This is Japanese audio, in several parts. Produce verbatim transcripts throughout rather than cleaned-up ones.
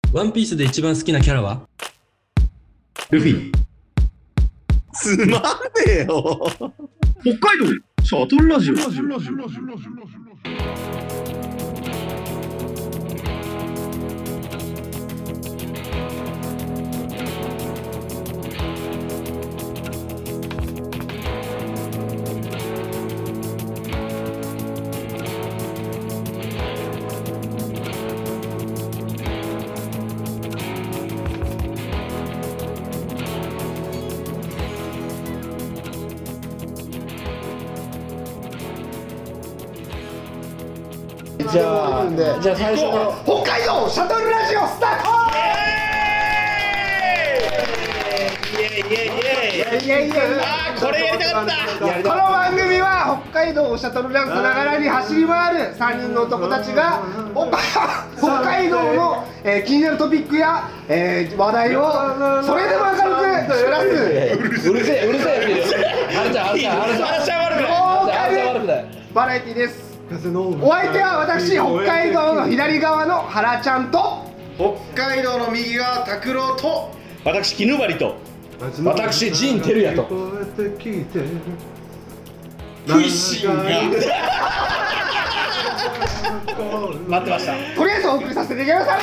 ワンピースで一番好きなキャラは？ ルフィ。 つまんねえよ。 北海道シャトルラジオ。 じゃあ、じゃあ最初の北海道シャトルラジオスタート。 イエイイエイイエイ。 いやいやいや、 あーこれやりたかった。 この番組は北海道をシャトルランさながらに走り回るさんにんの男たちが北海道の、えー、気になるトピックや、えー、話題をそれでも明るく照らすうるせえうるせえはるちゃんはるちゃんはるちゃん話しゃ悪くない。 はるちゃん悪くないバラエティです。お相手は私、北海道の左側の原ちゃんと北海道の右側拓郎と私絹張と私陣照也とフィッシングが待ってました。 とりあえずお送りさせていただきます。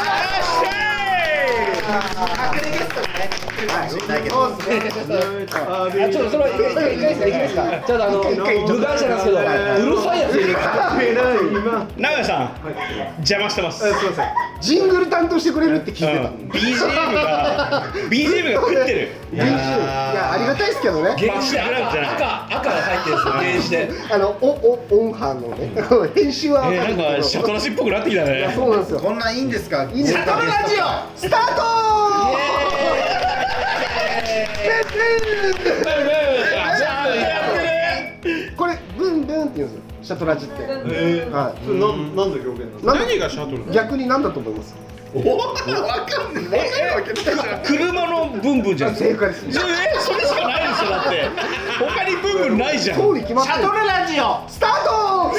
そうですね。 あ、ちょっとそれは一回一回ですか、いきますか。ちょっとあの部外者なんですけど、うるさいやついる。 長谷さん邪魔してます。 ジングル担当してくれるって聞いてた。 ビージーエム が ビージーエム が食ってる。 いや、ありがたいですけどね。 原始で赤赤赤が入ってるんですよ。原始で。 あのおお音波のね編集はえー、なんかシャトラシっぽくなってきたね。 そうなんですよ。 こんなんいいんですか？ いいんですか？シャトルラジオスタートー。これブンブンって言うんですよ、シャトラジって。 えー、はい。それなんなんで表現なの？何がシャトル？逆に何だと思います？おお、わかんない。わかるわけないじゃん。 車のブンブンじゃん。 正解です。 えー、それしかないですよだって。他にブンブンないじゃん。 そうに決まってる。シャトルラジオスタート。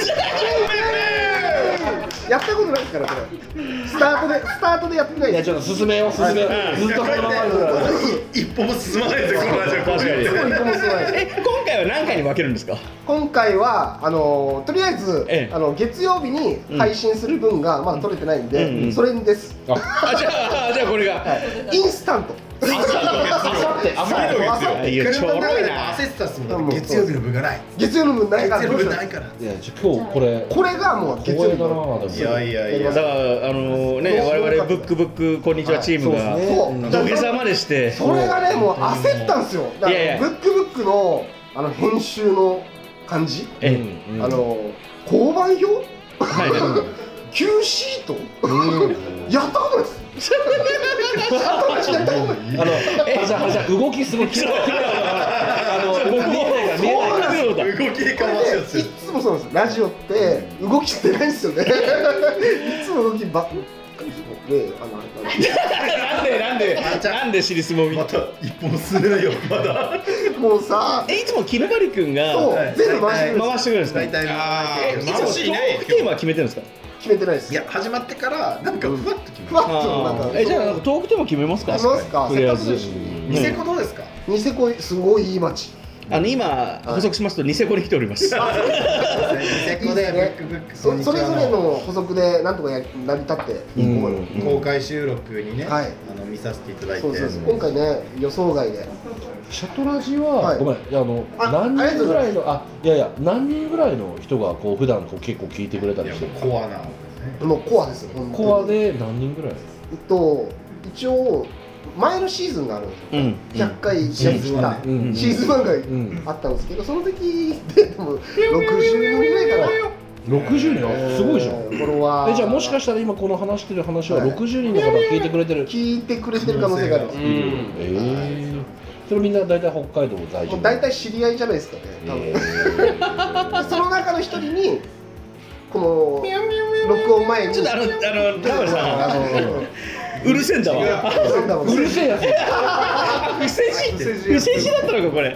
やったことないですからこれ。スタートでスタートでやってない。 いやちょっと進めよう進めよう。ずっとこのまま一歩も進まないですよこのラジオ。 確かに。 え、 今回は何回に分けるんですか？ 今回はあのとりあえず、 ええ、 あの月曜日に配信する分がまだ取れてないんで、うんうん、それです。 あ、じゃあじゃあこれが、はい、 インスタント。 あさってあさってあさって車の中でも焦ってたっすもん。月曜日の分がない。 月曜の分ないから。 月曜の分ないから。 いや今日これこれがもう月曜日だな。 いやいやいや。 だからあのね我々ブックブックこんにちはチームが土下座までして。 それがねもう焦ったんですよ。だからブックブックのあの編集の感じ。あの交番表。キューシート。やったことないです。 あの、え、じゃあ、じゃあ、動きすごい。あの、見えないから、見えないから。 動きでかましやつ。 いつもそうなんですよ。ラジオって動きってないんですよね。いつも動きば。で、あの、 なんで、なんで、なんで尻相撲み。 また一歩も進めないよ。まだ。 もうさ。 え、いつも絹張君が。 全部回してくるんですか。 大体。 いつもトークテーマ決めてるんですか。 決めてないです。 いや始まってからなんかふわっと決めふわっとなんか。 え、じゃあトークテーマ決めますか。 決めますか。 とりあえず。 ニセコどうですか。 ニセコすごいいい街。 あの今補足しますとニセコに来ております。ニセコでブックブックそれぞれの補足でなんとかや成り立っていいと思います。 公開収録にね、あの見させていただいて。 今回ね予想外で。 シャトラジはごめん、あの何人ぐらいのあいやいや何人ぐらいの人がこう普段こう結構聞いてくれたりしてる。 コアな。 もうコアですよ。 コアで何人ぐらい？ えっと一応前のシーズンがあるんですよ。ひゃっかいやってきたシーズンワンがあったんですけど、その時ででもろくじゅうにんぐらいかな。 ろくじゅうにんすごいじゃん。 フォロワー。 えじゃあもしかしたら今この話してる話はろくじゅうにんの方が聞いてくれてる。 聞いてくれてる可能性がある。 ええ。それみんな大体北海道在住。 大体知り合いじゃないですかね。多分。その中の一人にこの録音前にちょっとあのあの田村さんうるせえんだわ。 うるせえやつ。 不正字不正字だったのかこれ。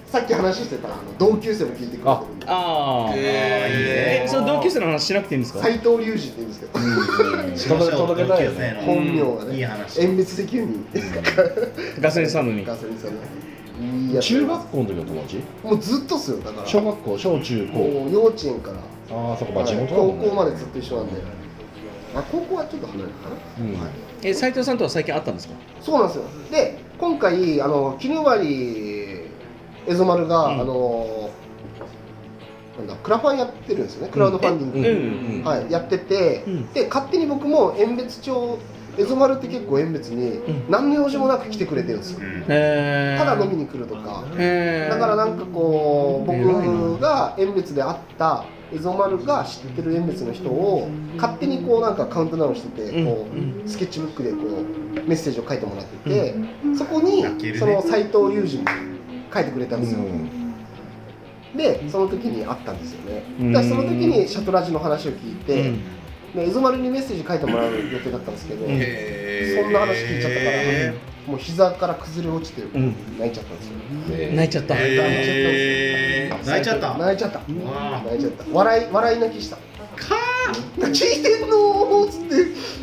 さっき話してたあの同級生も聞いてくれてるんで、 ああ、えその同級生の話しなくていいんですか？ 斉藤隆二って言うんですけど、 届け届けたいよね。 本名がね、遠別石油にガソリンスタンドに。 ガソリンスタンドにいいやつ。 中学校の時の友達？ もうずっとっすよ。だから小学校、小中高。 もう幼稚園からああ、そこまあ地元だ高もんね。 校までずっと一緒なんで、あ高校はちょっと離れるかな。 うん。 え斉藤さんとは最近会ったんですか？ そうなんですよ。で今回あの絹割エゾマルが、 うん、 あのなんだクラファンやってるんですよね。クラウドファンディング、 うんうん、 はいやってて、うん、で勝手に僕も遠別町エゾマルって結構遠別に何の用事もなく来てくれてるんですよ。うん、ただ飲みに来るとか。だからなんかこう僕が遠別で会ったエゾマルが知ってる遠別の人を勝手にこうなんかカウントダウンしてて、こうスケッチブックでこうメッセージを書いてもらってて、そこにその斉藤隆二も書いてくれたんですよ。でその時に会ったんですよね。だからその時にシャトラジの話を聞いて、でエゾマルにメッセージ書いてもらう予定だったんですけど、そんな話聞いちゃったからもう膝から崩れ落ちて泣いちゃったんですよ。 泣いちゃった。 泣いちゃった。泣いちゃった。泣いちゃった。笑い笑い泣きした。かー聞いてんのーっつって。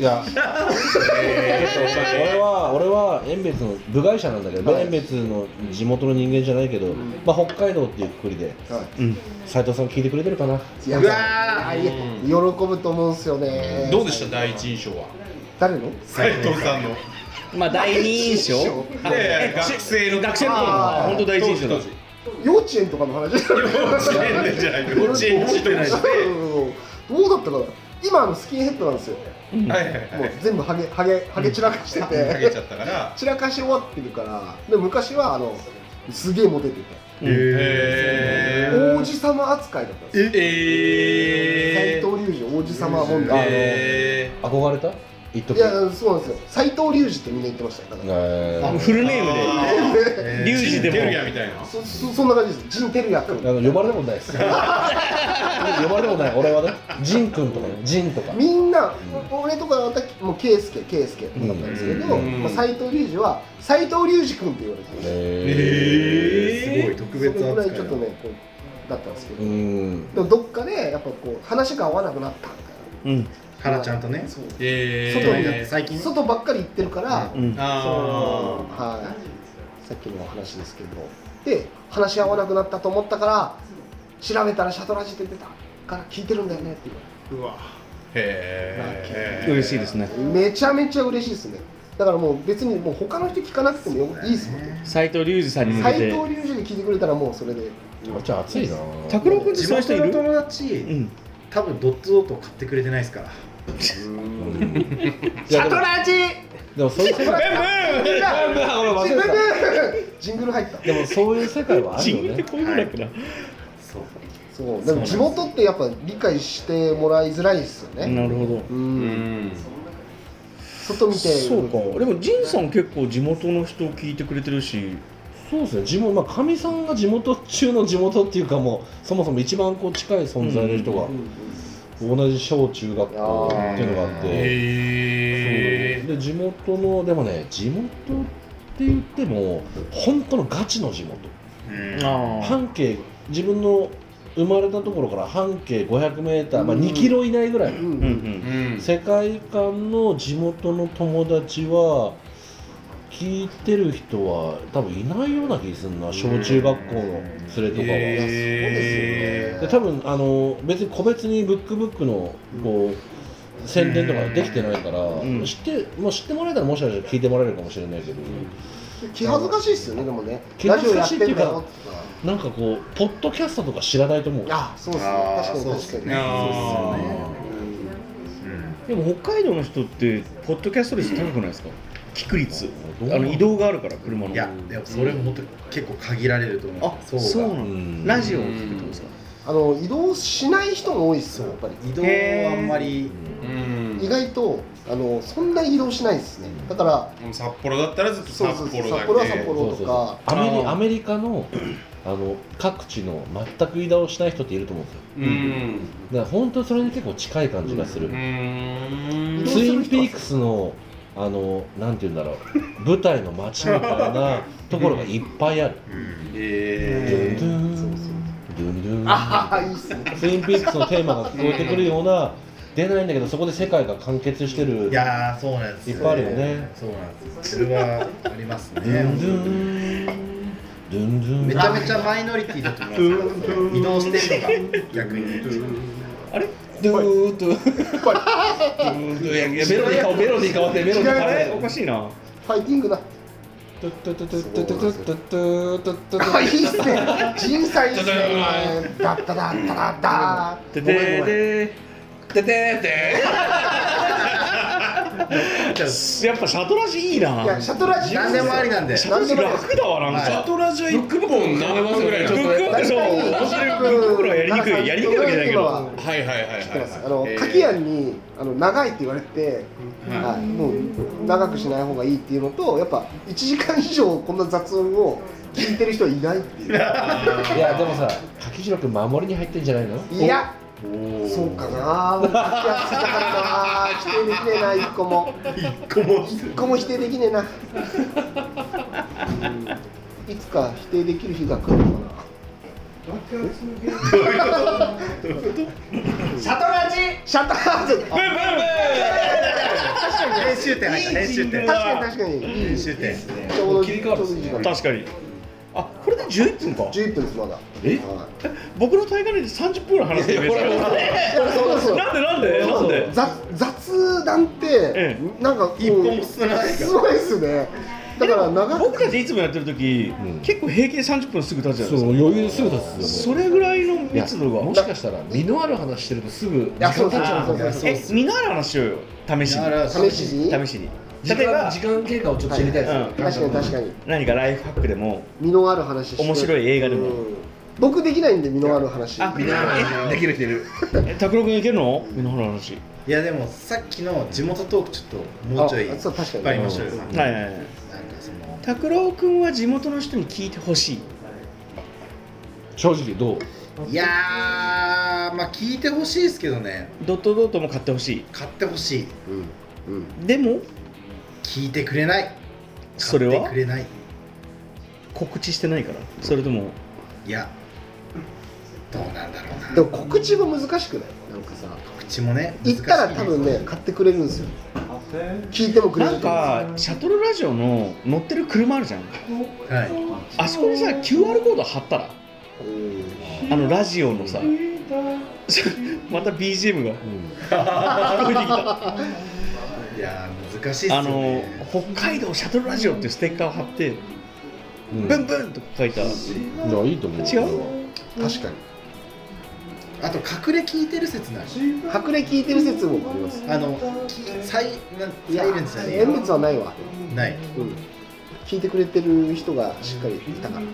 いや、俺は俺は遠別の部外者なんだけど、遠別の地元の人間じゃないけど、まあ北海道っていうくくりで、斉藤さん聞いてくれてるかな。 いや、喜ぶと思うんですよね。 どうでした第一印象は？ 誰の？ 斉藤さんの。 まあ第二印象？ 学生の学生の本当第一印象だ。 幼稚園とかの話じゃない。 幼稚園じゃない。幼稚園児とかして。 どうだったかな。今のスキンヘッドなんですよ。もう全部ハゲハゲハゲ散らかしてて。 ハゲちゃったから。 散らかし終わってるから。で昔はあのすげえモテてて。王子様扱いだったんですよ。斉藤隆二王子様問題。 憧れた？ いやそうなんですよ。斉藤隆二ってみんな言ってました。だからフルネームで隆二でも。 テルヤみたいな。 そそんな感じです。ジンテルヤ君。 呼ばれたことないです。呼ばれたことない。俺はね、ジン君とかね、ジンとか。 みんな俺とかはもうケイスケケイスケだったんですけど、斉藤隆二は斉藤隆二君って言われてました。 へえ。すごい特別扱い。それぐらいちょっとねこうだったんですけど、でもどっかでやっぱこう話が合わなくなったみたいな。 原ちゃんとね、 外に最近外ばっかり行ってるから、はい、さっきの話ですけど、で話し合わなくなったと思ったから調べたらシャトラジって出たから聞いてるんだよねって言われて、うわ、 へえ、 嬉しいですね。 めちゃめちゃ嬉しいですね。だからもう別にもう他の人聞かなくてもいいですもんね。 斉藤隆二さんに向けて。 斉藤隆二に聞いてくれたらもうそれで。 じゃあ熱いな。 拓郎君ってそういう人いる？ 地元の友達、多分ドットドット買ってくれてないですから。 シャトラジでもそういう世界ジングル入った。 でもそういう世界はあるよね。 ジングルってこういうのだから。 そうそう。でも地元ってやっぱ理解してもらいづらいですよね。 なるほど。 うん。外見て。 そうか。でもジンさん結構地元の人を聞いてくれてるし。 そうですね。地元まあかみさんが地元中の地元っていうかもうそもそも一番こう近い存在の人が。同じ小中学校っていうのがあって、で地元のでもね地元って言っても本当のガチの地元、半径自分の生まれたところから半径ごひゃくメーター、まあ、にキロ以内ぐらいの世界観の地元の友達は聞いてる人は多分いないような気がするな、小中学校の連れとかは。そうですよね。で多分あの別に個別にブックブックのこう宣伝とかできてないから、うん、知ってもう知ってもらえたらもしかしたら聞いてもらえるかもしれないけど、 気恥ずかしいですよね。でもね、 気恥ずかしいっていうかなんかこうポッドキャストとか知らないと思う。 あ、そうですね。確かに確かに。そうですよね。 でも北海道の人ってポッドキャスト率高くないですか？聞く率、あの移動があるから車の。 いや、でもそれも本当結構限られると思う。 あ、そうなの。ラジオを聞くってことですか？ あの移動しない人も多いですよ、やっぱり。 移動はあんまり意外とあのそんな移動しないですね。だから札幌だったらずっと札幌だけ。 札幌は札幌とか。 アメリアメリカのあの各地の全く移動しない人っていると思うんですよ。うん。だから本当それに結構近い感じがする。ツインピークスのあのなんて言うんだろう舞台の街みたいなところがいっぱいある。 えドゥンドゥンドゥンドゥンああいいっすね。 ツインピークスのテーマが聞こえてくるような出ないんだけどそこで世界が完結してるー、いやーそうなんですよ。 いっぱいあるよね。 そうなんです。それはありますね。 ドゥンドゥンドゥンドゥンめちゃめちゃマイノリティだと思いますよ。移動してるのが逆に。 あれドゥードゥードゥードゥーいやいやメロディー変わメロディー変わってメロディー変あれわっておかしいな。 ファイティングだ。 トゥトゥトゥトゥトゥトゥトゥトゥトゥトゥトゥトゥあいいっすね。人才いいっすね。ダッダダッダダッダててーでてててやっぱシャトラジいいな。 ー。いやシャトラジ何でもありなんで。 シャトラジ楽だわなんか。 はいシャトラジは一本何本ぐらい。ブック確かにそう。ブックフローやりにくいやりにくいわけじゃないけど。 ははいはいはい知ってます。 はあのい柿庵にあの長いって言われて、はいもう長くしない方がいいっていうのとやっぱいちじかん以上こんな雑音を聞いてる人はいないっていう。 いやでもさ柿次郎君守りに入ってんじゃないの？ いや。そうかな。俺柿庵好きだからな。否定できねえな一個も。 一個も。 一個も否定できねえな。いつか否定できる日が来るのかな。シャトラジシャトラジ編集点入った編集点。 確かに確かにいい編集点。 ちょうど切り替わるちょうどいい時間確かに。あこれでじゅういっぷんか。 じゅういっぷんですまだ。 えはい僕の大会でさんじゅっぷんぐらい話してるんですか。 そうそうなんでなんでなんで。 雑雑談ってえなんかこう一本も進まないすごいですね。だから長く僕たちいつもやってる時、 うん結構平均さんじゅっぷんすぐ経つじゃないそうですか。 余裕ですぐ立つよそれぐらいのいや密度が。 もしかしたら身のある話してるとすぐいやそうそうそうそういやそうえ見ながら話しようよ。試しに。 試しに試しに。 時例えば間時間経過をちょっと知りたいですよ、 うん確かに確かに何かライフハックでも身のある話して面白い映画でも。 うん僕できないんで身のある話。 あ、みんなできる人いる。え、拓郎君いけるの？みんなの話。 いやでもさっきの地元トークちょっともうちょいあそう確かに引っ張りましょうよ。 うんはいはいはい。 なんかその拓郎君は地元の人に聞いてほしい。 正直どう？ いやーまあ聞いてほしいですけどね。 ドットドットも買ってほしい。 買ってほしい。 うんうんでも聞いてくれない。 それは買ってくれない。 告知してないから。それともいやどうなんだろうな。 でも告知も難しくない？なんかさ口もね言ったら多分ね買ってくれるんですよ。聞いてもくれるなんかシャトルラジオの乗ってる車あるじゃん。 はい。 あそこにさ キューアール コード貼ったら、あのラジオのさ、また ビージーエム が聞こえてきた。 いやー難しいっすよあのね。 北海道シャトルラジオっていうステッカーを貼って、 うんブンブンと書いた。 いやいいと思う。 違う？ 確かにあと隠れ聞いてる説ない。 隠れ聞いてる説もあります。 あのきサイなんいやサイレンスじゃねえ縁別はないわ。 ない。 うん聞いてくれてる人がしっかりいたから。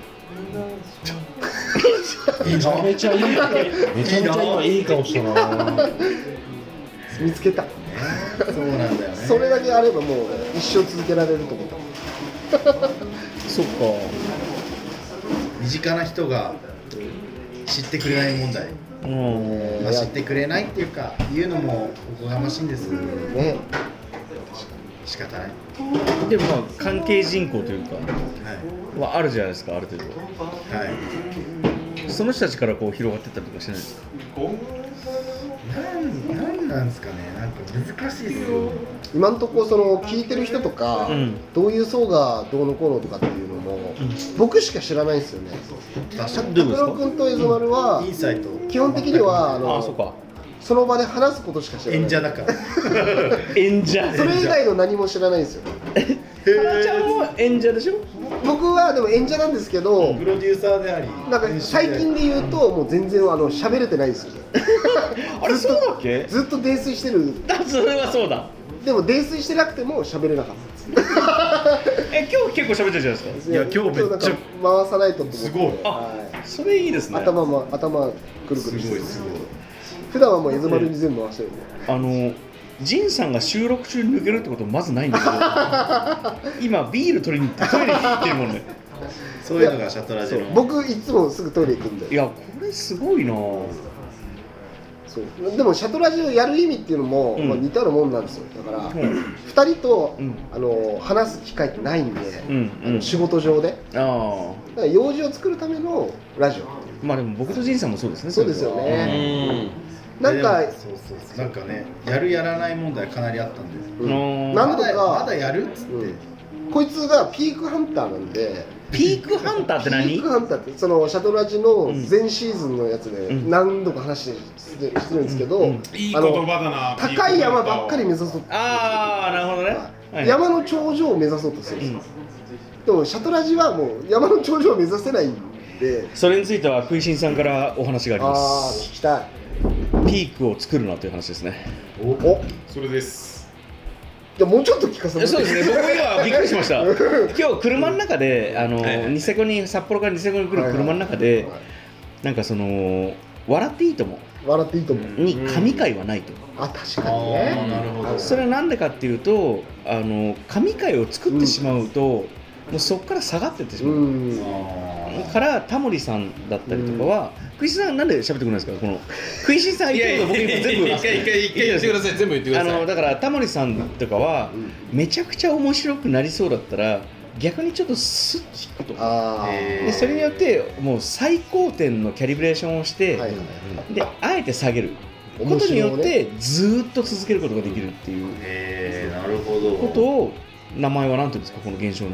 いいめちゃめちゃいい。めちゃめちゃ今いい顔したな。 見つけた。 そうなんだよね。 それだけあればもう一生続けられると思った。 そっか。 身近な人が知ってくれない問題。 うん。 まあ、知ってくれないっていうか言うのもおこがましいんです。 ね。 仕方ない。 でもまあ関係人口というかはいはあるじゃないですか、ある程度。 はい。 その人たちからこう広がってったりとかしないですか。 なんなんなんですかね。なんか難しいですよ。 今のところその聞いてる人とか、 うんどういう層がどうのこうのとかっていうのも、僕しか知らないんですよね。 確かに。 どういうことですか拓郎君とエゾマルはインサイト。 基本的にはあのああ、そっか。 その場で話すことしか知らない。 演者だから。 演者。 それ以外の何も知らないんですよ。 花ちゃんも演者でしょ。 僕はでも演者なんですけど、 プロデューサーであり。 なんか最近で言うともう全然あの喋れてないんですよ。 あれそうだっけ？ ずっと泥酔してる。 あ、それはそうだ。 でも泥酔してなくても喋れなかったです。 え、今日結構喋ったじゃないですか。 いや今日めっちゃなんか回さないとと思って。 すごいはいそれいいですね。 頭も頭くるくるしてる。 すごいすごい普段はもうエゾマルに全部回してるんで。 あのジンさんが収録中に抜けるってことまずないんだけど、今ビール取りに行ってトイレに行ってるもんね。 そういうのがシャトラジの。 僕いつもすぐトイレ行くんで。 いや、これすごいなぁ。 そうでもシャトラジをやる意味っていうのも、 うんまあ、似たようなもんなんですよ。だから、 うんふたりと、 うんあの話す機会ってないんで、 うんうんあの仕事上であだから用事を作るためのラジオ。 あまあでも僕と仁さんもそうですね。 そうですよれはね。なんか、 そうそうそうなんかねやるやらない問題かなりあったんですうんうんなんとまだまかだやるっつって、 うんこいつがピークハンターなんで、 ピークハンターって何ピークハンターってそのシャトラジのうん前シーズンのやつでうん何度か話してしてるんですけど、 うんいい言葉だな。 高い山ばっかり目指そうと、 ああなるほどね、はい、 山の頂上を目指そうとするんですよ、でもシャトラジはもう山の頂上を目指せないんで、 それについては食いしんさんからお話がありまああす。 聞きたい。 ピークを作るなという話ですね。 おおそれです。 じゃあもうちょっと聞かせてもらってそうですね、僕今びっくりしました。今日車の中であの、 はいはいニセコに札幌からニセコに来る車の中で、 はいはいなんかその笑っていいとも笑っていいと思う、 に神回はないと。 あ確かにね。 あーなるほどそれはなんでかっていうと、あの神回を作ってしまうと、もうそこから下がってってしうまう。 んからタモリさんだったりとかは、食いしんさんなんで喋ってくれないんですか。この食いしんさん言ってること僕今全部一回一回一回言ってください。全部言ってくだあさい。 のだからタモリさんとかは、めちゃくちゃ面白くなりそうだったら逆にちょっとスッと引くと。 あでそれによってもう最高点のキャリブレーションをして、 あはいはいはいであえて下げることによってずーっと続けることができるっていうへえなるほどことを、名前は何ていうんですかこの現象の。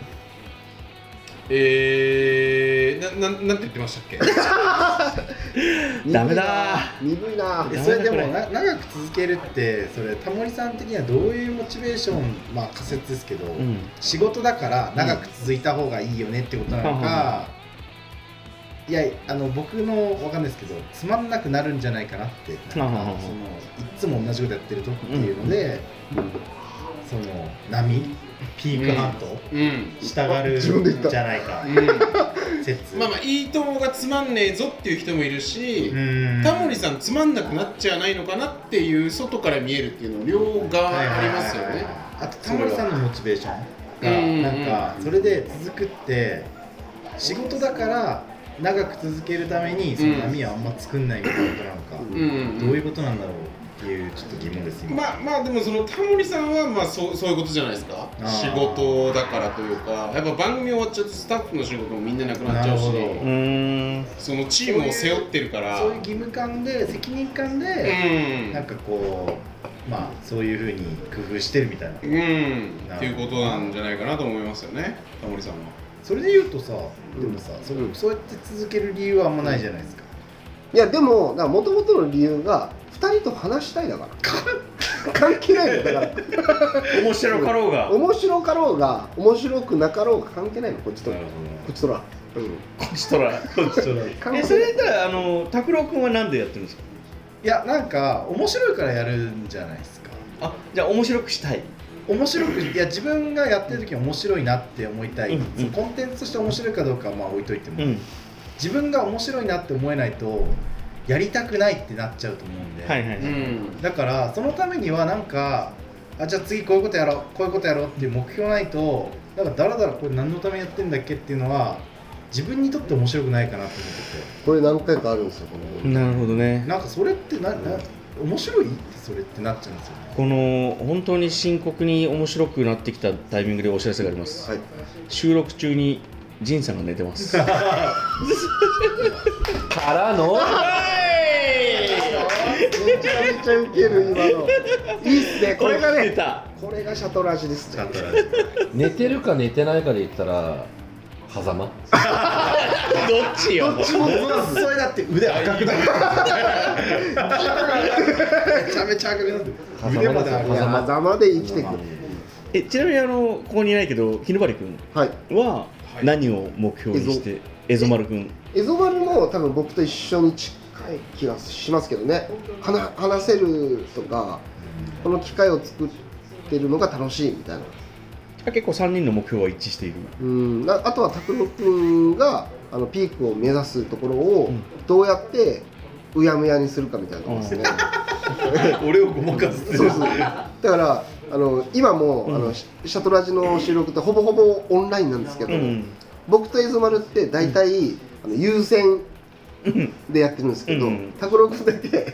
えー、なななんて言ってましたっけ？ ダメだ鈍いな。 えそれでもな長く続けるってそれタモリさん的にはどういうモチベーション、まあ仮説ですけど、 うん仕事だから長く続いた方がいいよねってことなのか、いやあの僕のわかんないですけどつまんなくなるんじゃないかなってなんかはははそのいつも同じことやってるとっていうので、その波ピークハント、 うん。 従自分で言ったるんじゃないかうん。 説。 まあまあいいともがつまんねえぞっていう人もいるし、 うんタモリさんつまんなくなっちゃわないのかなっていう外から見えるっていうの両側ありますよね。 あとタモリさんのモチベーショうんンがなんかそれで続くって仕事だから長く続けるためにその波はあんま作んないみたいなことなのか、 うん。 どういうことなんだろうっていうちょっと疑問です今。 まあまあでもそのタモリさんはまあそうそういうことじゃないですか。 あー仕事だからというか、やっぱ番組終わっちゃうとスタッフの仕事もみんななくなっちゃうし、 なるほどうーんそのチームを背負ってるから。 そういう義務感で責任感で、 うん。 なんかこうまあそういうふうに工夫してるみたいな。 うん。っていうことなんじゃないかなと思いますよね。タモリさんは。 それで言うとさ、でもさ、それそうやって続ける理由はあんまないじゃないですか。 いやでももともとの理由がふたりと話したいだから関係ないのだから面白かろうが面白かろうが面白くなかろうが関係ないのこっちとらこっちとら、うん、 こっちとらえそれで言ったらあの拓郎君はなんでやってるんですか。 いやなんか面白いからやるんじゃないですか。 あじゃあ面白くしたい。 面白くいや自分がやってる時に面白いなって思いたい、 うんそのコンテンツとして面白いかどうかはまあ置いといても、 うん自分が面白いなって思えないとやりたくないってなっちゃうと思うんで、 はいはいはい。 ん。 だからそのためにはなんかあじゃあ次こういうことやろうこういうことやろうっていう目標ないとなんかだらだらこれ何のためにやってんだっけっていうのは自分にとって面白くないかなと思ってこれ何回かあるんですよこのなるほどねて。なんかそれってなな面白いってそれってなっちゃうんですよね。 この本当に深刻に面白くなってきたタイミングでお知らせがあります。 はい収録中に仁さんが寝てます。 からのめちゃめちゃウケる今のいいっすねこれがね起きてたこれがシャトラジですね寝てるか寝てないかで言ったら狭間。 どっちよ。 どっちもそれだって腕赤くなるめちゃめちゃ赤くなって腕まであるいや狭間で生きてくるえちなみにあのここにいないけど日の張君はいは何を目標にして蝦夷丸君。 エゾマルも多分僕と一緒に近い気がしますけどね話話せるとかこの機会を作ってるのが楽しいみたいなあ結構さんにんの目標は一致している。 うんなあとは拓郎君があのピークを目指すところをうんどうやってうやむやにするかみたいなところですね、 俺をごまかすってそうそうだからあの今も、 うんあのシシャトラジの収録ってほぼほぼオンラインなんですけど、 うん僕とエゾマルって大体、あの優先うんでやってるんですけどうん拓郎君だけ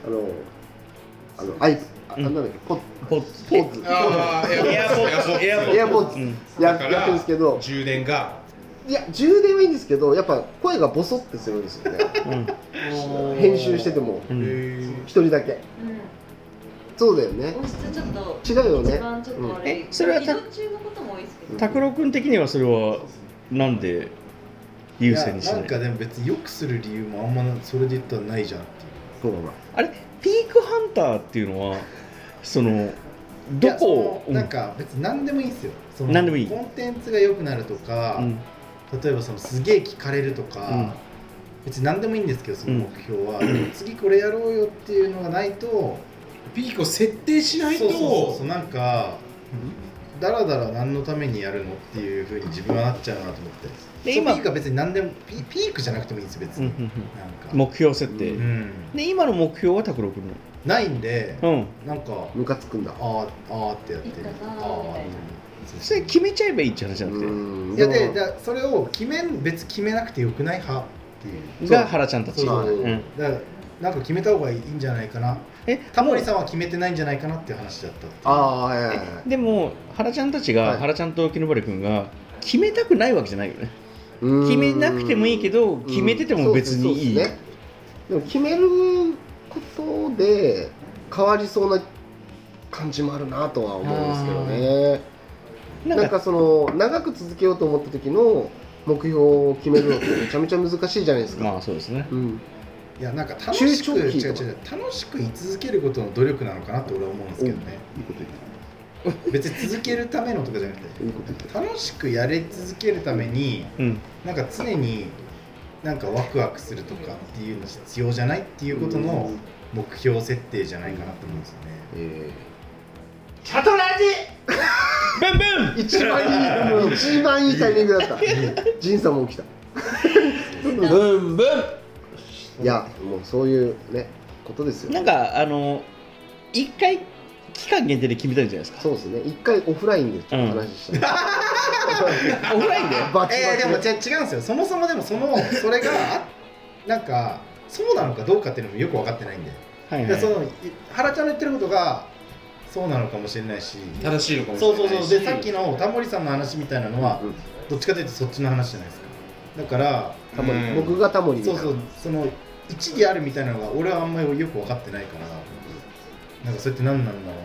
あのあのアイあなんだっけポッポッポッズあーエアポッツエアポッツエアポッズうんやだからやってるんですけど、 充電がいや充電はいいんですけど、やっぱ声がボソってするんですよね。編集しててもうん一人だけ。 うんそうだよね。 音質ちょっと違うよね一番ちょっと悪い、 えそれはた移動中のことも多いですけど、 拓郎君的にはそれはなんで優先にしいやないなんかでも別に良くする理由もあんまそれで言ったらないじゃんっていうそうだな。 あれピークハンターっていうのはそのどこをいやそのなんか別に何でもいいんですよ。その何でもいいコンテンツが良くなるとか、 うん例えばそのすげえ聞かれるとか、 うん別に何でもいいんですけどその目標は、でも次これやろうよっていうのがないと、 ピークを設定しないとそうそうそうそうなんかだらだら何のためにやるのっていうふうに自分はなっちゃうなと思って。そうで今ピークは別に何でもピピークじゃなくてもいいんですよ別に。 うんうんうんなんか目標設定、 うんで今の目標は拓郎君ないんで、 のうんなんかムカつくんだ。 あーあーってやってるいいかなあーみたいなーってそれ決めちゃえばいいって話じゃなくてうんいやででそれを決めん別に決めなくてよくない派っていうが原ちゃんたちそうそううんだからなんか決めた方がいいんじゃないかな。 えタモリさんは決めてないんじゃないかなっていう話だったっていう。 ああはいはいはい。 でも原ちゃんたちがはい原ちゃんと木登君が決めたくないわけじゃないよねうーん決めなくてもいいけど決めてても別にいいうんそうですね。でも決めることで変わりそうな感じもあるなとは思うんですけどね。 なかなんんかその長く続けようと思った時の目標を決めるのってめちゃめちゃ難しいじゃないですか。 まあそうですねうん。 いやなんか楽しく中長期とか違う違う楽しく居続けることの努力なのかなって俺は思うんですけどね。 いいこと言って別に続けるためのとかじゃなくていいこと言って楽しくやり続けるためにうんなんか常になんかワクワクするとかっていうの必要じゃないっていうことの目標設定じゃないかなと思うんですよね。 えチャトラジブンブンー一番いい一番いいタイミングだった。ジンさんも起きた。 ブンブンいやもうそういうねことですよ。 なんかあの一回期間限定で決めたんじゃないですかそうですね。一回オフラインでちょっと話した。 オフラインでバチえー、でもバチ違う違うんですよ。そもそもでもそのそれがあなんかそうなのかどうかっていうのもよく分かってないんで。 はいはいでそのい原ちゃんの言ってることがそうなのかもしれないし。 正しいのかもしれないしそうそうそう。でさっきのタモリさんの話みたいなのはうんどっちかというとそっちの話じゃないですか。だからタモリうん僕がタモリみたいうな。 そそうその一理あるみたいなのが俺はあんまりよく分かってないからなんかそれって何なんだろうな。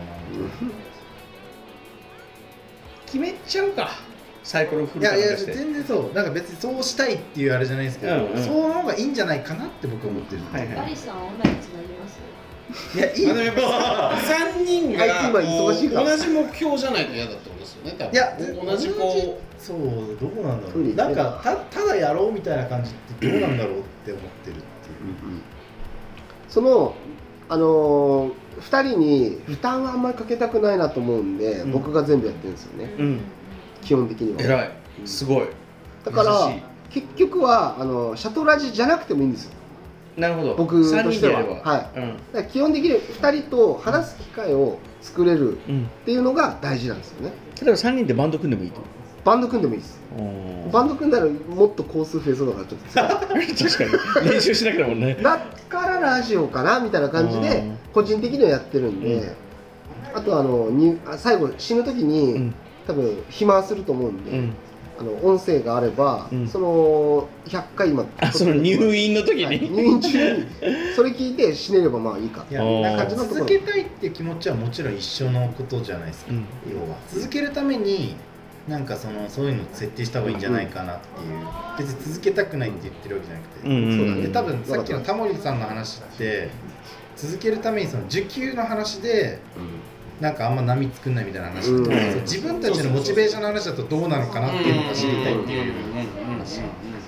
決めちゃうかサイコロ振いやいやるからして全然そうなんか別にそうしたいっていうあれじゃないですけど、 うんうんその方がいいんじゃないかなって僕は思ってる。 はいはいアリさんオンラインつなぎますいやいいあのやっぱさんにんがあいつ今忙しいからこう同じ目標じゃないと嫌だってことですよね多分いや同じこそうどうなんだろ無理うなんかたただやろうみたいな感じってどうなんだろうって思ってるっていうそのあのー、ふたりに負担はあんまりかけたくないなと思うんで、 うん僕が全部やってるんですよね、 うん基本的には。 偉いすごいだから優しい結局はあのシャトラジじゃなくてもいいんですよ、 なるほど僕さんとしては。 にんでやればはい、だから基本的にふたりと話す機会を作れるうんうんっていうのが大事なんですよね。 例えばさんにんでバンド組んでもいいとバンド組んでもいいです。バンド組んだらもっと工数増えそうだからちょっと確かに練習しなきゃだもんねだからラジオかなみたいな感じでうん個人的にはやってるんで、 うんあとあのにあ最後死ぬ時に、 うん多分暇すると思うんで、 うんあの音声があれば、 うんそのひゃっかい今あその入院の時にはい入院中にそれ聞いて死ねればまあいいかいやあーなんか感じのところ続けたいっていう気持ちはもちろん一緒のことじゃないですか、 うん要は続けるためになんかそのそういうの設定した方がいいんじゃないかなっていう別に続けたくないって言ってるわけじゃなくて、 うんうんそうだねで多分さっきのタモリさんの話って続けるためにその受給の話でなんかあんま波作んないみたいな話だと、 うんそう自分たちのモチベーションの話だとどうなのかなっていうのが知りたいっていう話。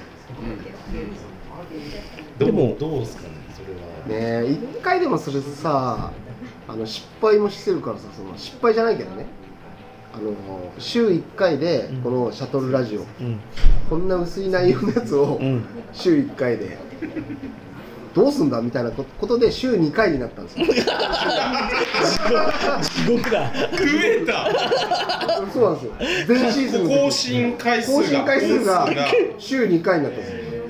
どうでもどうですかねそれは。 ねえいっかいでもそれさあの失敗もしてるからさその失敗じゃないけどねあの週いっかいでこのシャトルラジオ、 うんこんな薄い内容のやつをうん週いっかいでどうすんだみたいなことで週にかいになったんですよ地獄だ増えたそうなんですよ前シーズンの時更新回数が更新回数が本数が週にかいになったんですよ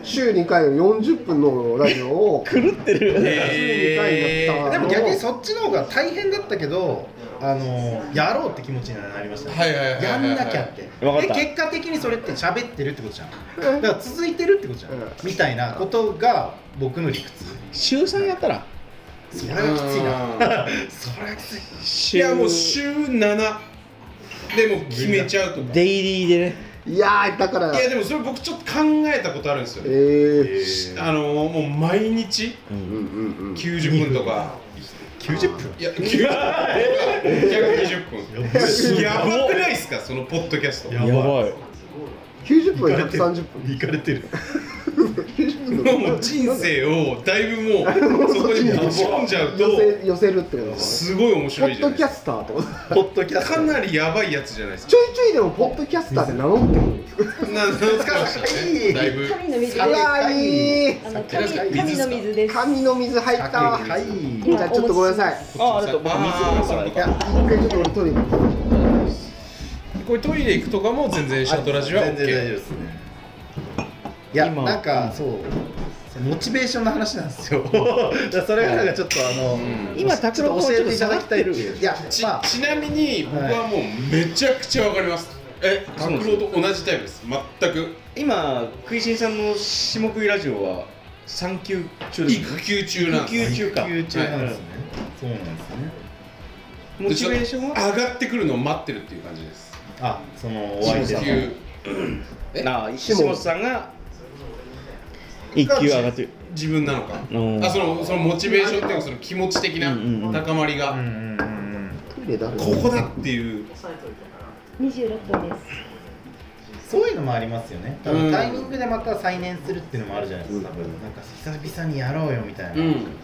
週にかいのよんじゅっぷんのラジオを狂ってる。 週にかいやったでも逆にそっちの方が大変だったけど、あのやろうって気持ちになりましたね。 はいはいはいはいはいやんなきゃって。 わかったで結果的にそれって喋ってるってことじゃん。だから続いてるってことじゃん。みたいなことが僕の理屈。 週さんやったら。 それはきついな。それはきつい。 いやもう週ななでも決めちゃうとか。 デイリーでね。 いやーだからいやでもそれ僕ちょっと考えたことあるんですよ、 えねー、 あのもう毎日うんうんうんきゅうじゅっぷんとかきゅうじゅっぷんいやきゅうじゅっぷんひゃくにじゅっぷんやばくないですかそのポッドキャストやばい。 きゅうじゅっぷんひゃくさんじゅっぷんいかれてる。 きゅうじゅっぷんもう人生をだいぶもうそこに持ち込んじゃうと寄せ寄せるってことですすごい面ポ白いッドキャじゃないですスターってことポッドキャスト。 かかなりやばいやつじゃないですちょいちょいでもポッドキャスターで名乗ってくるんですかかな懐かしいねだいぶ神の水です。 いやーいいあの神神の水です。 神の水入ったわはい。 じゃあちょっとごめんなさいあ、ありがとう。僕水飲むから。 いや一回ちょっと俺トイレに行ってこれトイレ行くとかも全然シャトラジは OK 全然大丈夫ですね。いや今なんかそうモチベーションの話なんですよ。だからそれがなんかちょっとあの今ちょっと教えていただきたいっていう。いやちまあちなみに僕はもうめちゃくちゃわかりますえ、拓郎と同じタイプです全く今食いしんさんの下食いラジオは産休中ですね。 育休中なんです育休中か。 育休中なんですね。そうなんですね。 モチベーションは上がってくるのを待ってるっていう感じですあ、そのお相手育の休なあ石本さんが一級上がってる。 自分なのかうんあそのそのモチベーションっていうかその気持ち的なうんうんうん高まりがうんうんうんトイレだここだっていうにじゅうろっぷんです。 そういうのもありますよね。多うん分タイミングでまた再燃するっていうのもあるじゃないですか。多分なんか久々にやろうよみたいな感うんじの。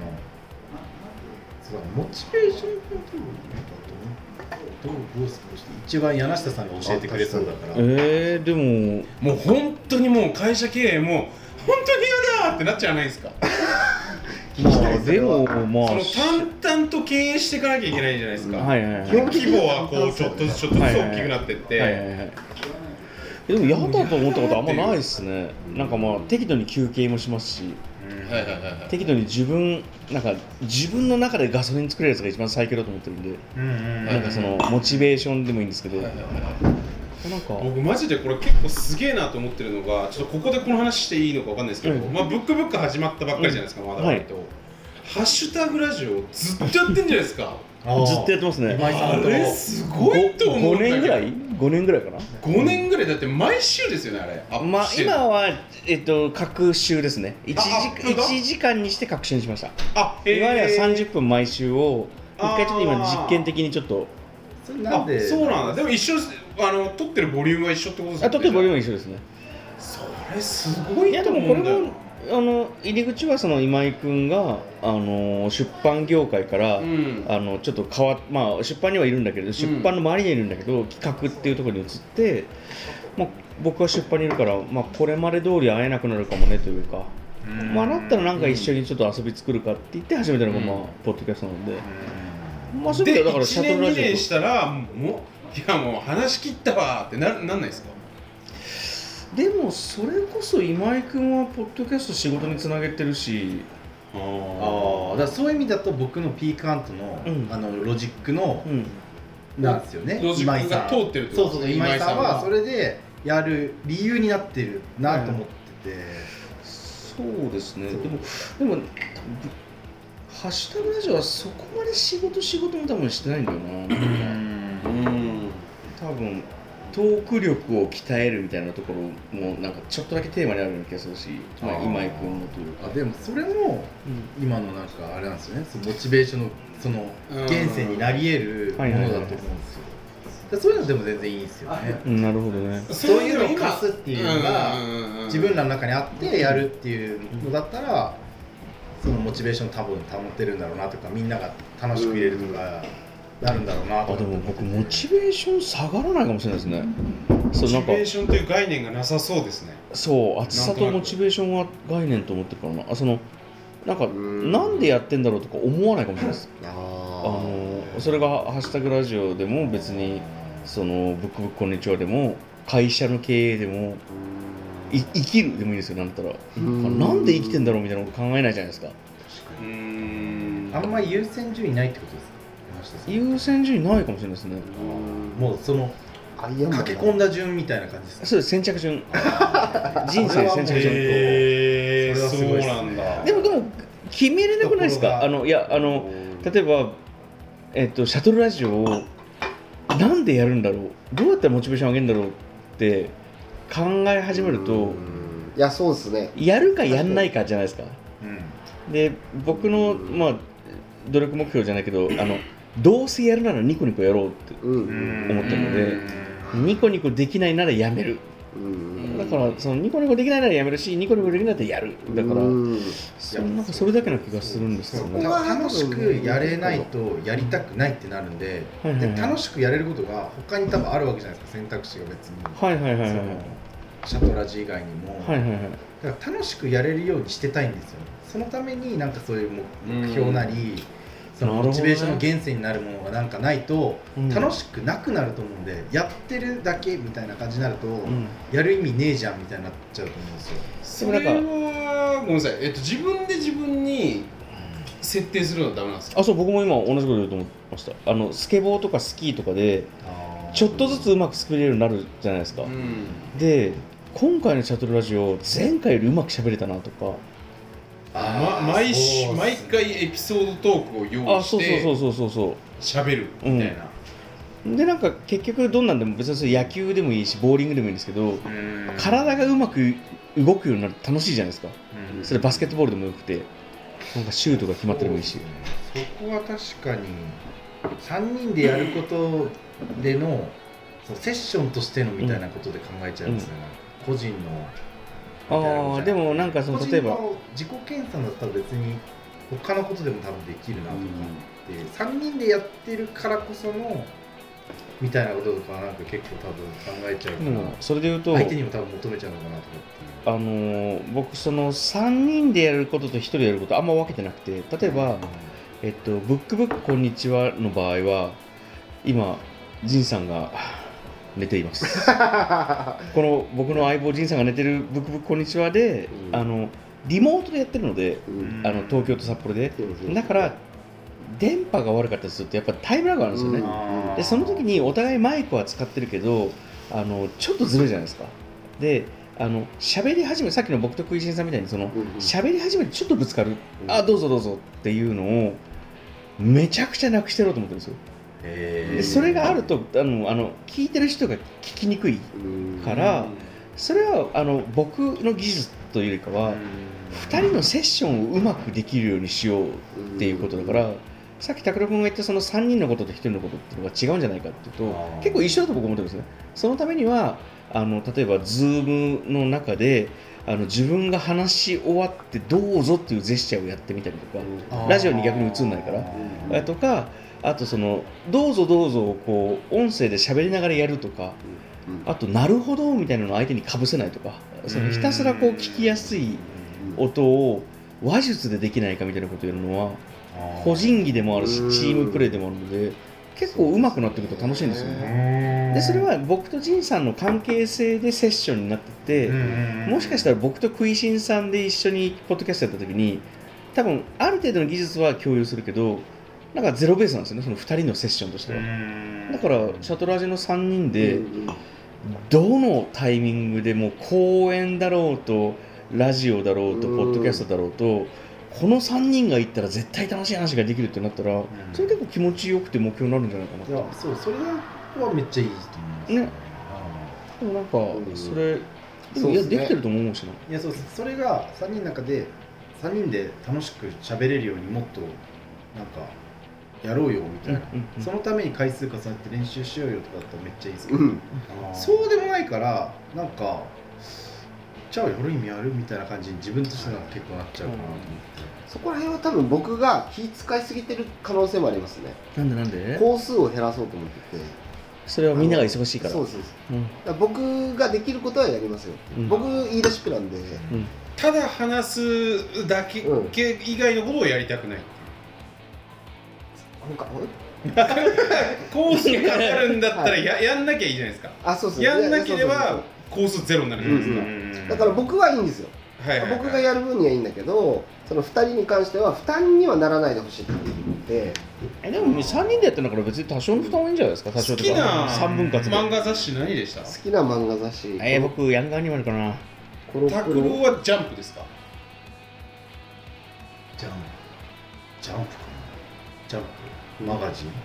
そうモチベーションコントロールどうどうですか。一番柳下さんが教えてくれそうだから。 えー、でももう本当にもう会社経営も本当に嫌だってなっちゃわないですかまあでもまあその淡々と経営していかなきゃいけないじゃないですか、 はいはいはい。 規模はこうちょっとずつちょっとずつ大きくなってって、 はいはいはい。でも嫌だと思ったことあんまないですね。なんかまあ適度に休憩もしますし、 はいはいはいはい適度に自分なんか自分の中でガソリン作れるやつが一番最強だと思ってるんで、 うんうんなんかそのモチベーションでもいいんですけど、なんか僕マジでこれ結構すげえなと思ってるのがちょっとここでこの話していいのかわかんないですけど、 うんまあブックブック始まったばっかりじゃないですか、まだ割と、ハッシュタグラジオずっとやってんじゃないですかあーずっとやってますね。 今井さんとあれすごいと思うんだけどごねんぐらいごねんぐらいかな。 ごねんぐらいだって毎週ですよねあれアップまあしてる今はえっと隔週ですね。1 あ時あ一時間にして隔週にしました。 あ今まではさんじゅっっぷん毎週を一あー回ちょっと今実験的にちょっとそれなんであそうなんだでも一緒ですあの撮ってるボリュームは一緒ってことですあとってボリュームムは一緒ですね。 それすごいいやでともこれ思うんだよもあの入り口はその今井君があの出版業界から、 うんあのちょっと変わっまあ出版にはいるんだけど出版の周りにはいるんだけど、企画っていうところに移って、まあ、僕は出版にいるから、まあ、これまで通り会えなくなるかもねというか、まあだったらなんか一緒にちょっと遊び作るかって言って始めたのが、まあポッドキャストなんで、まあそういう意味ではだからでいちねんにねんとしたらもういやもう話し切ったわってななんないですかでもそれこそ今井君はポッドキャスト仕事につなげてるし、 ああだからそういう意味だと僕のピークアントの、 うんあのロジックのうん、 なんですよね。 ロジックが今井さん通ってるってことそうそうそうですね今井さん今井さんははそれでやる理由になってるなと思ってて、 そうですね。でもでもぶハッシュタグラジオはそこまで仕事仕事も多分してないんだよな。なんかうん多分トーク力を鍛えるみたいなところもなんかちょっとだけテーマにあるような気がするし、まあ、 あー今井君もというか。 あでもそれも今のなんかあれなんですよね。そのモチベーションのその源泉になり得るものだと思うんですよ。でそういうのでも全然いいんですよね。 うん、なるほどね。 そういうのを貸すっていうのがうんうんうんうん自分らの中にあってやるっていうのだったらそのモチベーション多分保てるんだろうなとかみんなが楽しく入れるとかなるんだろうなとあでも思って僕モチベーション下がらないかもしれないですね。そうなんかモチベーションという概念がなさそうですねそう熱さとモチベーションは概念と思ってるからな。あそのなんかんなんでやってんだろうとか思わないかもしれないです。ああのそれが「ハッシュタグラジオ」でも別にその「ブックブックこんにちは」でも会社の経営でもい生きるでもいいですよ。なんだったらなんで生きてんだろうみたいなこと考えないじゃないですか。 うーんあんまり優先順位ないってことですか？ 優先順位ないかもしれないですね。 もうその駆け込んだ順みたいな感じですか？ そうです、先着順。人生先着順。 へー、それはすごいなんだ。でもでも決めれなくないですか？あのいやあの例えばえっとシャトルラジオをなんでやるんだろう、どうやったらモチベーション上げるんだろうって考え始めると、 いやそうですね。 やるかやんないかじゃないですか。うん、で僕のまあ努力目標じゃないけど、あのどうせやるならニコニコやろうって思ったので、ニコニコできないならやめる。だからそのニコニコできないならやめるし、ニコニコできないならやる。だからそなんかそれだけの気がするんですよね。 楽しくやれないとやりたくないってなるんで、 はいはいはい、 で楽しくやれることが他に多分あるわけじゃないですか、選択肢が別に。 はいはいはいはい。 シャトラジ以外にも、 はいはいはい、 だから楽しくやれるようにしてたいんですよ。そのためになんかそういう目標なり、そのモチベーションの源泉になるものがなんかないと楽しくなくなると思うんで、やってるだけみたいな感じになると、うん、やる意味ねえじゃんみたいになっちゃうと思うんですよ。 それはごめんなさい、えっと、自分で自分に設定するのはダメなんですか？ あ、そう、僕も今同じこと言うと思いました。あのスケボーとかスキーとかでちょっとずつうまく滑れるようになるじゃないですか、うん、で今回のシャトルラジオ前回よりうまく喋れたなとか、 あ、ま、毎週毎回エピソードトークを用意してそうそうそうそうそう喋るみたいな、 うん、でなんか結局どんなんでも別にそれ野球でもいいしボーリングでもいいんですけど、体がうまく動くようになると楽しいじゃないですか。それバスケットボールでもよくて、なんかシュートが決まってるもいいし、 そこは確かにさんにんでやることでのそのセッションとしてのみたいなことで考えちゃうんですよね、うん、個人の。 ああ、でもなんかその例えば自己研鑽だったら別に他のことでも多分できるなとかって、うん、さんにんでやってるからこそのみたいなこととかなんか結構多分考えちゃうから、 それで言うと相手にも多分求めちゃうのかなとかっていう。 あのー、僕そのさんにんでやることとひとりでやることあんま分けてなくて、例えば、うん、えっとブックブックこんにちはの場合は今ジンさんが寝ていますこの僕の相棒ジンさんが寝てるブックブックこんにちはで、うん、あのリモートでやってるので、うん、あの東京と札幌で、うん、だから電波が悪かったりするとやっぱタイムラグがあるんですよね、うん、でその時にお互いマイクは使ってるけどあのちょっとずれるじゃないですか。であの喋り始めさっきの僕と食いしんさんみたいにその喋、うん、り始めてちょっとぶつかる、うん、あどうぞどうぞっていうのをめちゃくちゃなくしてやろうと思ってるんですよ。でそれがあるとあのあの聞いてる人が聞きにくいからそれはあの僕の技術というよりかはふたりのセッションをうまくできるようにしようっていうことだからさっき拓郎君が言ったそのさんにんのこととひとりのことっていうのが違うんじゃないかっていうと結構一緒だと僕は思ってるんですね。そのためにはあの例えば Zoom の中であの自分が話し終わってどうぞっていうジェスチャーをやってみたりとかラジオに逆に映んないからとかあとそのどうぞどうぞをこう音声で喋りながらやるとかあとなるほどみたいなのを相手にかぶせないとかそのひたすらこう聞きやすい音を話術でできないかみたいなことをやるのは個人技でもあるしチームプレーでもあるので結構上手くなってくると楽しいんですよね。でそれは僕と仁さんの関係性でセッションになっててもしかしたら僕と食いしんさんで一緒にポッドキャストやった時に多分ある程度の技術は共有するけどなんかゼロベースなんですよねそのふたりのセッションとしては。だからシャトラジのさんにんでどのタイミングでも講演だろうとラジオだろうとポッドキャストだろうとこのさんにんが行ったら絶対楽しい話ができるってなったら、うん、それ結構気持ちよくて目標になるんじゃないかなって。 いやそうそれはめっちゃいいと思いますね。ねでもなんかそれ、うん、でもいや、ね、できてると思うしな。 いやそうそれがさんにんの中でさんにんで楽しく喋れるようにもっとなんかやろうよみたいな、うんうんうん、そのために回数重ねて練習しようよとかだったらめっちゃいいですけど、うん、そうでもないからなんかじゃあやる意味あるみたいな感じに自分としては結構なっちゃうかなと思って、 うん、そこら辺は多分僕が気使いすぎてる可能性もありますね。 なんでなんで工数を減らそうと思っててそれはみんなが忙しいからそうです、うん、だから僕ができることはやりますよ、うん、僕言い出しっぺなんで、うん、 ただ話すだけ、うん、以外のことをやりたくないなんかコースかかるんだったらややんなきゃいいじゃないですか。 あ、そうですね。 やんなけれいやそうそうばコースゼロになるじゃないですか。 だから僕はいいんですよ。 はいはいはい、 僕がやる分にはいいんだけど、そのふたりに関しては負担にはならないでほしいって言って。 えでもさんにんでやってるんだから別に多少の負担はいいんじゃないですか。多少好きなさんぶん割漫画雑誌何でした？ 好きな漫画雑誌。 えー、僕ヤングアニマルかな。 コロコロ。 拓郎はジャンプですか？ ジャンプジャンプかな。ジャンプマガジン。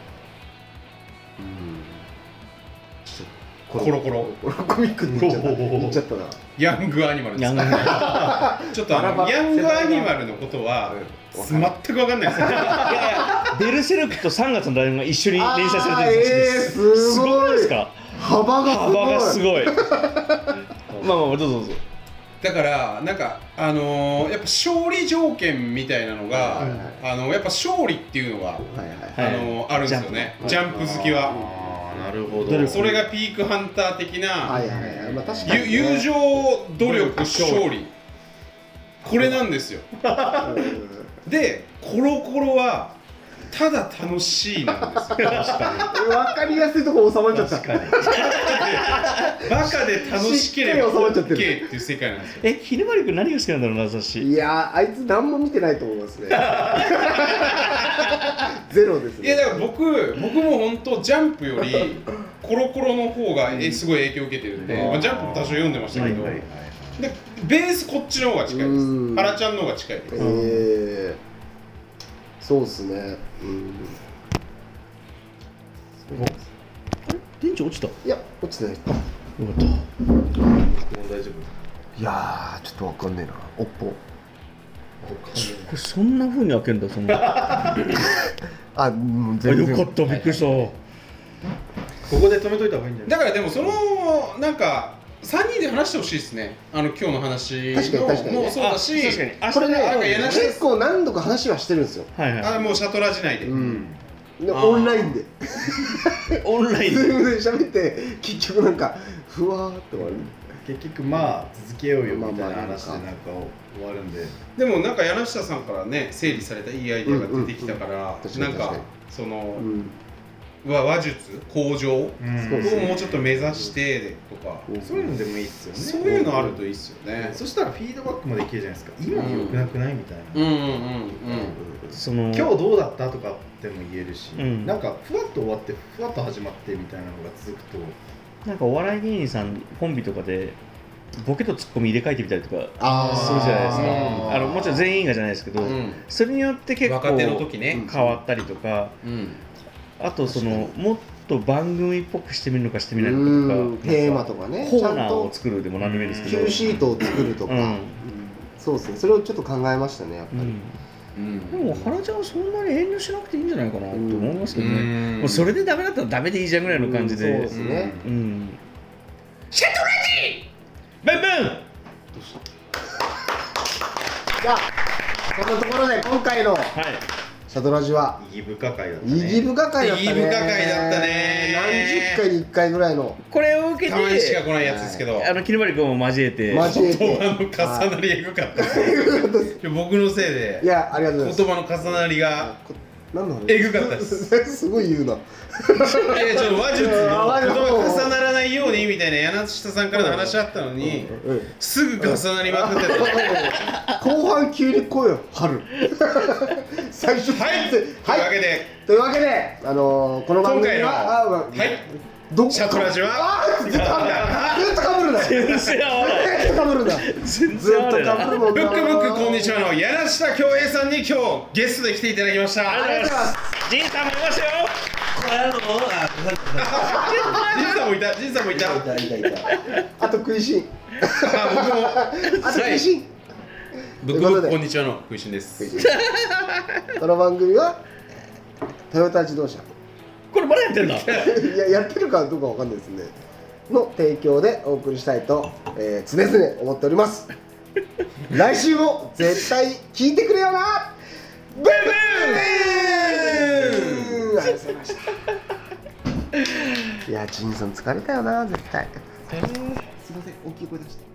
コロコロコロコミックって言っちゃった言っちゃったな。 ヤングアニマルです。ちょっとあのヤングアニマルのことは全く分かんないです。いやいやベルセルクとさんがつのライオンが一緒に連載されてるんです。 えー、すごい。 すごいですか？ 幅が幅がすごい。まあまあどうぞどうぞ。 だからなんかあのー、やっぱ勝利条件みたいなのが、はいはい、あのやっぱ勝利っていうのが、はいはい、あのー、あるんですよね。ジャンプ好きは。 なるほど。 それがピークハンター的な友情努力勝利これなんですよ。でコロコロはただ楽しいなんですよ。確かに分かりやすいところ収まっちゃった。 確かにバカで楽しければ オーケー っていう世界なんですよ。 え、ひねまりくん何が好きなんだろうな、雑誌。 いやー、あいつ何も見てないと思いますね。ゼロですね。 いやだから僕僕も本当ジャンプよりコロコロの方がえすごい影響を受けてるんで、まあ、ジャンプも多少読んでましたけど、でベースこっちの方が近いです。原ちゃんの方が近いです。 えーそうっすね。うん。 電池落ちた？ いや、落ちてない。よかった。 もう大丈夫。 いやー、ちょっとわかんねえな。おっぽ。これそんな風に開けんだ、そんな。 あ、もう全然。 よかった、びっくりした。ここで止めといた方がいいんじゃない？ だからでもそのなんか。さんにんで話してほしいですね。あの今日の話確かに確かに、ね、 もそうだし、 これね、結構何度か話はしてるんですよ。 はいはい。 あもうシャトラ時内で。うん。 でオンラインで。 オンラインで。 ズームで喋って結局なんかふわーって終わる。 結局まあ続けようよみたいな話でなんか終わるんで。 でもなんか柳下さんからね整理されたいいアイデアが出てきたから、なんかその。話術向上をもうちょっと目指してとか、 そういうのでもいいっすよね。 そういうのあるといいっすよね。 そしたらフィードバックもできるじゃないですか。今の良くなくないみたいな。 うんうんうんうん。 その今日どうだったとかっても言えるし、なんかふわっと終わってふわっと始まってみたいなのが続くと、 なんかお笑い芸人さんコンビとかでボケとツッコミ入れ替えてみたりとかするじゃないですか。あのもちろん全員がじゃないですけど、それによって結構若手の時ね変わったりとか。あとそのもっと番組っぽくしてみるのかしてみないのかとかテーマとかねコーナーを作るでも何でもいいですけど Q シートを作るとか、うん、そうですねそれをちょっと考えましたねやっぱり、 うん、でも原ちゃんはそんなに遠慮しなくていいんじゃないかなと思いますけどね、うん、もうそれでダメだったらダメでいいじゃんぐらいの感じで、 うん、そうですね、うん、 シャトラジブンブンじゃあそんなところで今回の、はいシャトラジは意義深回だったね。 意義深回だったね。 意義深回だったね。 何十回にいっかいぐらいの。 これを受けて。 たまにしか来ないやつですけど。 あのキルバリ君も交えて。 交えて。 言葉の重なりエグかった。僕のせいで。 いやありがとうございます。 言葉の重なりが。 何の話？ エグかったです。 すごい言うな。 いやちょっと話術の言葉が重ならないようにみたいな柳下さんからの話あったのに、すぐ重なりまくってた。 後半急に声を張る。最初はいというわけでというわけであのこの番組ははいシャトラジはずっとかぶるなずっとかぶるなずっとかぶるもんな。 ブックブックこんにちはの柳下恭平さんに今日ゲストで来ていただきました。 ありがとうございます。ジンさんもいましたよ。 これあのジンさんもいたジンさんもいたいたいたいたあと食いしんあ僕もあと食いしんブックブックこんにちはの食いしんです。 この番組はトヨタ自動車これまだやってんだいややってるかどうかわかんないですねの提供でお送りしたいと、えー、常々思っております。来週も絶対聞いてくれよな。ブンブンありがとうございました。いや、ジンさん疲れたよな絶対。すいません大きい声出して。